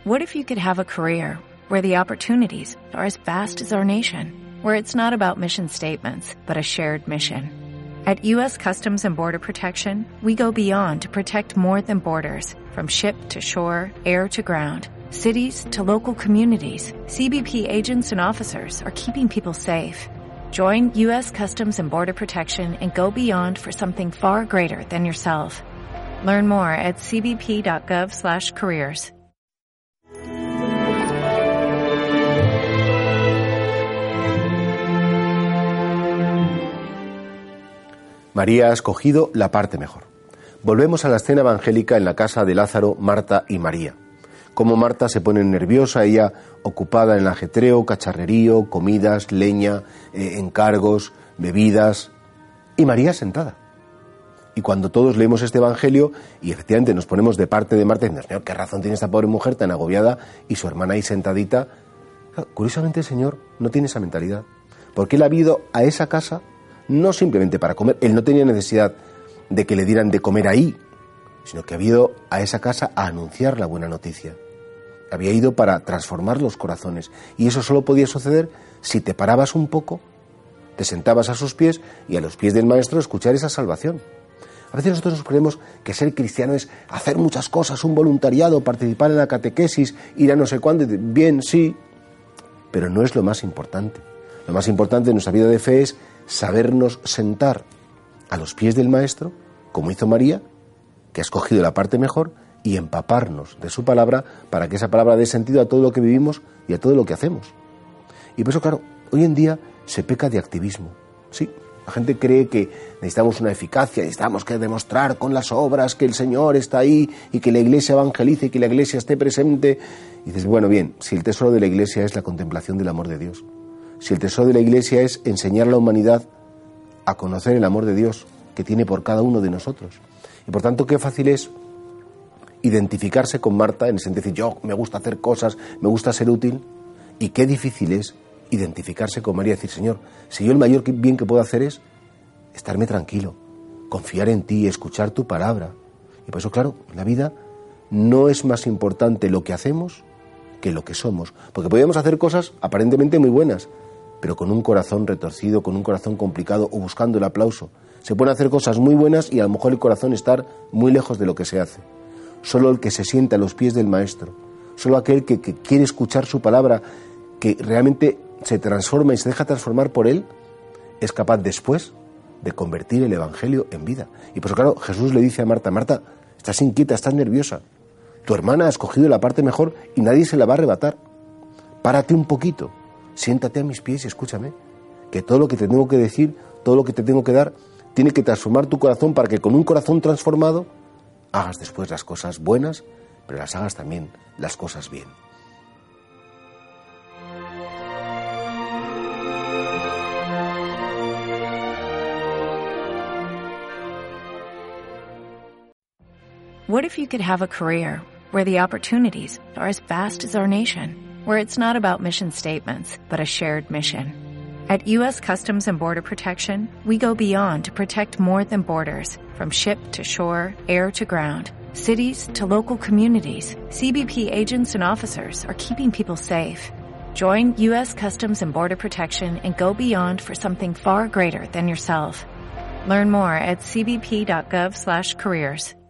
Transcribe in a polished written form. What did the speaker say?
What if you could have a career where the opportunities are as vast as our nation, where it's not about mission statements, but a shared mission? At U.S. Customs and Border Protection, we go beyond to protect more than borders, from ship to shore, air to ground, cities to local communities. CBP agents and officers are keeping people safe. Join U.S. Customs and Border Protection and go beyond for something far greater than yourself. Learn more at cbp.gov/careers. María ha escogido la parte mejor. Volvemos a la escena evangélica en la casa de Lázaro, Marta y María. Cómo Marta se pone nerviosa, ella ocupada en el ajetreo, cacharrerío, comidas, leña, encargos, bebidas, y María sentada. Y cuando todos leemos este evangelio y efectivamente nos ponemos de parte de Marta, diciendo, Señor, ¿qué razón tiene esta pobre mujer tan agobiada y su hermana ahí sentadita? Curiosamente el Señor no tiene esa mentalidad, porque Él ha ido a esa casa no simplemente para comer, Él no tenía necesidad de que le dieran de comer ahí, sino que había ido a esa casa a anunciar la buena noticia. Había ido para transformar los corazones, y eso solo podía suceder si te parabas un poco, te sentabas a sus pies y a los pies del Maestro escuchar esa salvación. A veces nosotros nos creemos que ser cristiano es hacer muchas cosas, un voluntariado, participar en la catequesis, ir a no sé cuándo, bien, sí, pero no es lo más importante. Lo más importante en nuestra vida de fe es sabernos sentar a los pies del Maestro, como hizo María, que ha escogido la parte mejor, y empaparnos de su palabra para que esa palabra dé sentido a todo lo que vivimos y a todo lo que hacemos. Y por eso, claro, hoy en día se peca de activismo. Sí, la gente cree que necesitamos una eficacia, necesitamos que demostrar con las obras que el Señor está ahí y que la Iglesia evangelice y que la Iglesia esté presente. Y dices, bueno, bien, si el tesoro de la Iglesia es la contemplación del amor de Dios, si el tesoro de la Iglesia es enseñar a la humanidad a conocer el amor de Dios que tiene por cada uno de nosotros. Y por tanto, qué fácil es identificarse con Marta, en el sentido de decir, yo me gusta hacer cosas, me gusta ser útil, y qué difícil es identificarse con María y decir, Señor, si yo el mayor bien que puedo hacer es estarme tranquilo, confiar en ti, escuchar tu palabra. Y por eso, claro, en la vida no es más importante lo que hacemos que lo que somos, porque podemos hacer cosas aparentemente muy buenas, pero con un corazón retorcido, con un corazón complicado o buscando el aplauso. Se pueden hacer cosas muy buenas y a lo mejor el corazón estar muy lejos de lo que se hace. Solo el que se sienta a los pies del Maestro, solo aquel que quiere escuchar su palabra, que realmente se transforma y se deja transformar por Él, es capaz después de convertir el Evangelio en vida. Y por eso, claro, Jesús le dice a Marta, Marta, estás inquieta, estás nerviosa. Tu hermana ha escogido la parte mejor y nadie se la va a arrebatar. Párate un poquito, siéntate a mis pies y escúchame, que todo lo que te tengo que decir, todo lo que te tengo que dar, tiene que transformar tu corazón para que con un corazón transformado hagas después las cosas buenas, pero las hagas también las cosas bien. What if you could have a career where the opportunities are as vast as our nation, where it's not about mission statements, but a shared mission? At U.S. Customs and Border Protection, we go beyond to protect more than borders, from ship to shore, air to ground, cities to local communities. CBP agents and officers are keeping people safe. Join U.S. Customs and Border Protection and go beyond for something far greater than yourself. Learn more at cbp.gov/careers.